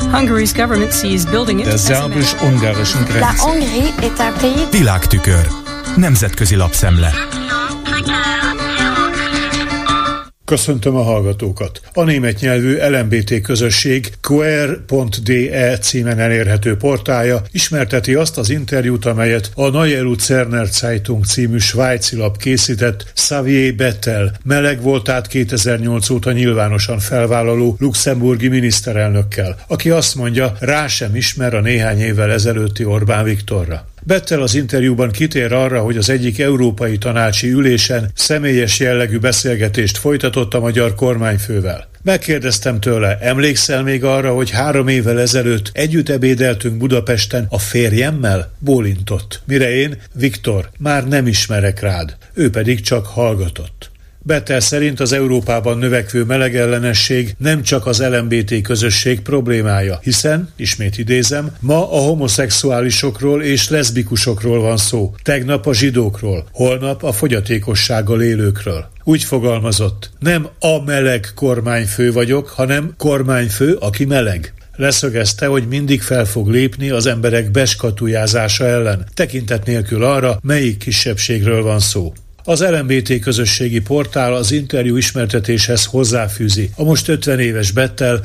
der szerbus-ungarischen Grenze. Világtükör. Nemzetközi lapszemle. Köszöntöm a hallgatókat! A német nyelvű LMBT közösség queer.de címen elérhető portálja ismerteti azt az interjút, amelyet a Neue Luzerner Zeitung című svájci lap készített Xavier Bettel, meleg voltát 2008 óta nyilvánosan felvállaló luxemburgi miniszterelnökkel, aki azt mondja, rá sem ismer a néhány évvel ezelőtti Orbán Viktorra. Bettel az interjúban kitér arra, hogy az egyik európai tanácsi ülésen személyes jellegű beszélgetést folytatott a magyar kormányfővel. Megkérdeztem tőle, emlékszel még arra, hogy 3 évvel ezelőtt együtt ebédeltünk Budapesten a férjemmel? Bólintott. Mire én, Viktor, már nem ismerek rád. Ő pedig csak hallgatott. Bettel szerint az Európában növekvő melegellenesség nem csak az LMBT közösség problémája, hiszen, ismét idézem, ma a homoszexuálisokról és leszbikusokról van szó, tegnap a zsidókról, holnap a fogyatékossággal élőkről. Úgy fogalmazott, nem a meleg kormányfő vagyok, hanem kormányfő, aki meleg. Leszögezte, hogy mindig fel fog lépni az emberek beskatujázása ellen, tekintet nélkül arra, melyik kisebbségről van szó. Az LMBT közösségi portál az interjú ismertetéshez hozzáfűzi. A most 50 éves Bettel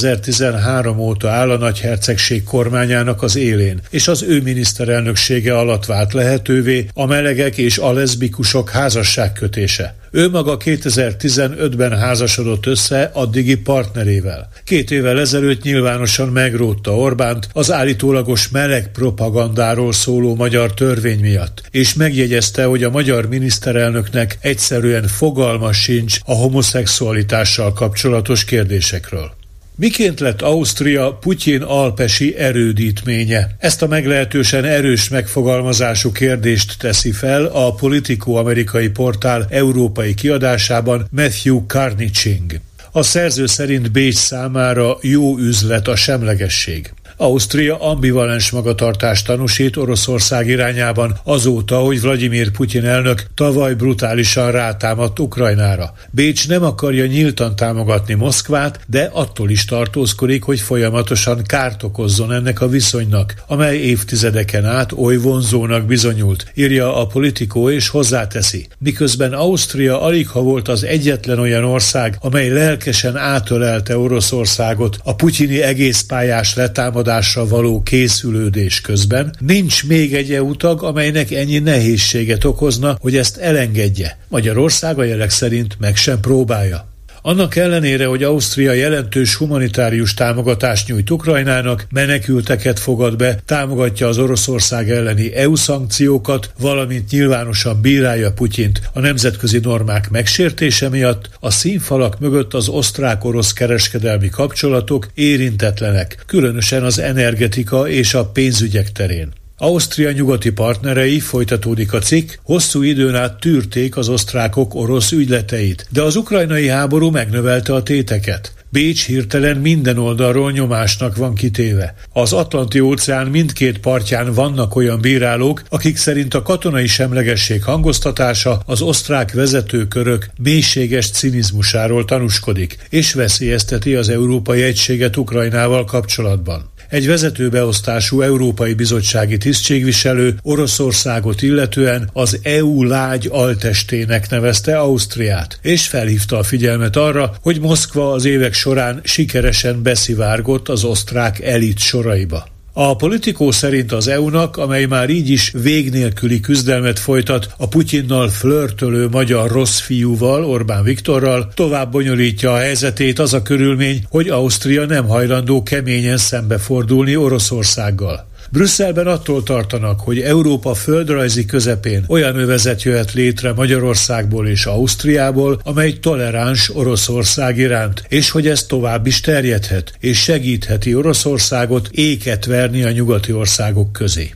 2013 óta áll a nagyhercegség kormányának az élén, és az ő miniszterelnöksége alatt vált lehetővé a melegek és a leszbikusok házasságkötése. Ő maga 2015-ben házasodott össze addigi partnerével. 2 évvel ezelőtt nyilvánosan megrótta Orbánt az állítólagos meleg propagandáról szóló magyar törvény miatt, és megjegyezte, hogy a magyar miniszterelnöknek egyszerűen fogalma sincs a homoszexualitással kapcsolatos kérdésekről. Miként lett Ausztria Putyin alpesi erődítménye? Ezt a meglehetősen erős megfogalmazású kérdést teszi fel a Politico amerikai portál európai kiadásában Matthew Karniching. A szerző szerint Bécs számára jó üzlet a semlegesség. Ausztria ambivalens magatartást tanúsít Oroszország irányában azóta, hogy Vladimir Putyin elnök tavaly brutálisan rátámadt Ukrajnára. Bécs nem akarja nyíltan támogatni Moszkvát, de attól is tartózkodik, hogy folyamatosan kárt okozzon ennek a viszonynak, amely évtizedeken át oly vonzónak bizonyult, írja a Politico és hozzáteszi. Miközben Ausztria aligha volt az egyetlen olyan ország, amely lelkesen átölelte Oroszországot a putyini egészpályás letámadásra való készülődés közben, nincs még egy EU tag, amelynek ennyi nehézséget okozna, hogy ezt elengedje. Magyarország a jelek szerint meg sem próbálja. Annak ellenére, hogy Ausztria jelentős humanitárius támogatást nyújt Ukrajnának, menekülteket fogad be, támogatja az Oroszország elleni EU szankciókat, valamint nyilvánosan bírálja Putyint a nemzetközi normák megsértése miatt, a színfalak mögött az osztrák-orosz kereskedelmi kapcsolatok érintetlenek, különösen az energetika és a pénzügyek terén. Ausztria nyugati partnerei, folytatódik a cikk, hosszú időn át tűrték az osztrákok orosz ügyleteit, de az ukrajnai háború megnövelte a téteket. Bécs hirtelen minden oldalról nyomásnak van kitéve. Az Atlanti-óceán mindkét partján vannak olyan bírálók, akik szerint a katonai semlegesség hangoztatása az osztrák vezetőkörök mélységes cinizmusáról tanúskodik, és veszélyezteti az európai egységet Ukrajnával kapcsolatban. Egy vezetőbeosztású európai bizottsági tisztségviselő Oroszországot illetően az EU lágy altestének nevezte Ausztriát, és felhívta a figyelmet arra, hogy Moszkva az évek során sikeresen beszivárgott az osztrák elit soraiba. A Politico szerint az EU-nak, amely már így is vég nélküli küzdelmet folytat a Putyinnal flörtölő magyar rossz fiúval, Orbán Viktorral, tovább bonyolítja a helyzetét az a körülmény, hogy Ausztria nem hajlandó keményen szembefordulni Oroszországgal. Brüsszelben attól tartanak, hogy Európa földrajzi közepén olyan övezet jöhet létre Magyarországból és Ausztriából, amely toleráns Oroszország iránt, és hogy ez tovább is terjedhet, és segítheti Oroszországot éket verni a nyugati országok közé.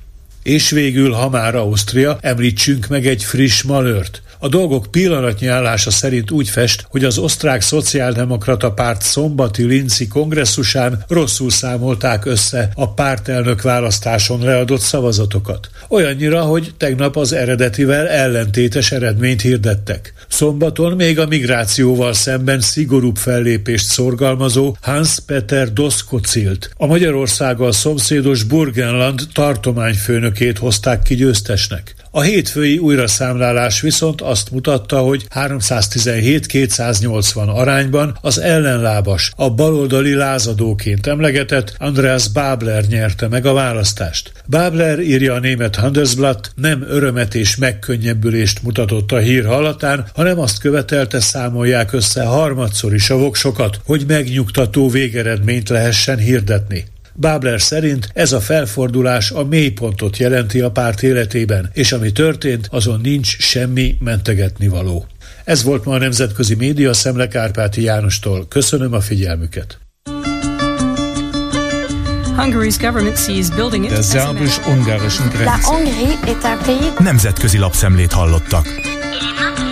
És végül, ha már Ausztria, említsünk meg egy friss malőrt. A dolgok pillanatnyi állása szerint úgy fest, hogy az osztrák szociáldemokrata párt szombati Linzi kongresszusán rosszul számolták össze a pártelnök választáson leadott szavazatokat. Olyannyira, hogy tegnap az eredetivel ellentétes eredményt hirdettek. Szombaton még a migrációval szemben szigorúbb fellépést szorgalmazó Hans-Peter Doskozil-t, a Magyarországgal szomszédos Burgenland tartományfőnökét hozták ki győztesnek. A hétfői újraszámlálás viszont azt mutatta, hogy 317-280 arányban az ellenlábas, a baloldali lázadóként emlegetett Andreas Babler nyerte meg a választást. Babler, írja a német Handelsblatt, nem örömet és megkönnyebbülést mutatott a hír hallatán, hanem azt követelte, számolják össze harmadszor is a voksokat, hogy megnyugtató végeredményt lehessen hirdetni. Babler szerint ez a felfordulás a mélypontot jelenti a párt életében, és ami történt, azon nincs semmi mentegetnivaló. Ez volt ma a Nemzetközi Média Szemle Kárpáti Jánostól. Köszönöm a figyelmüket. Der szerbus-ungarischen Grenze. Nemzetközi lapszemlét hallottak.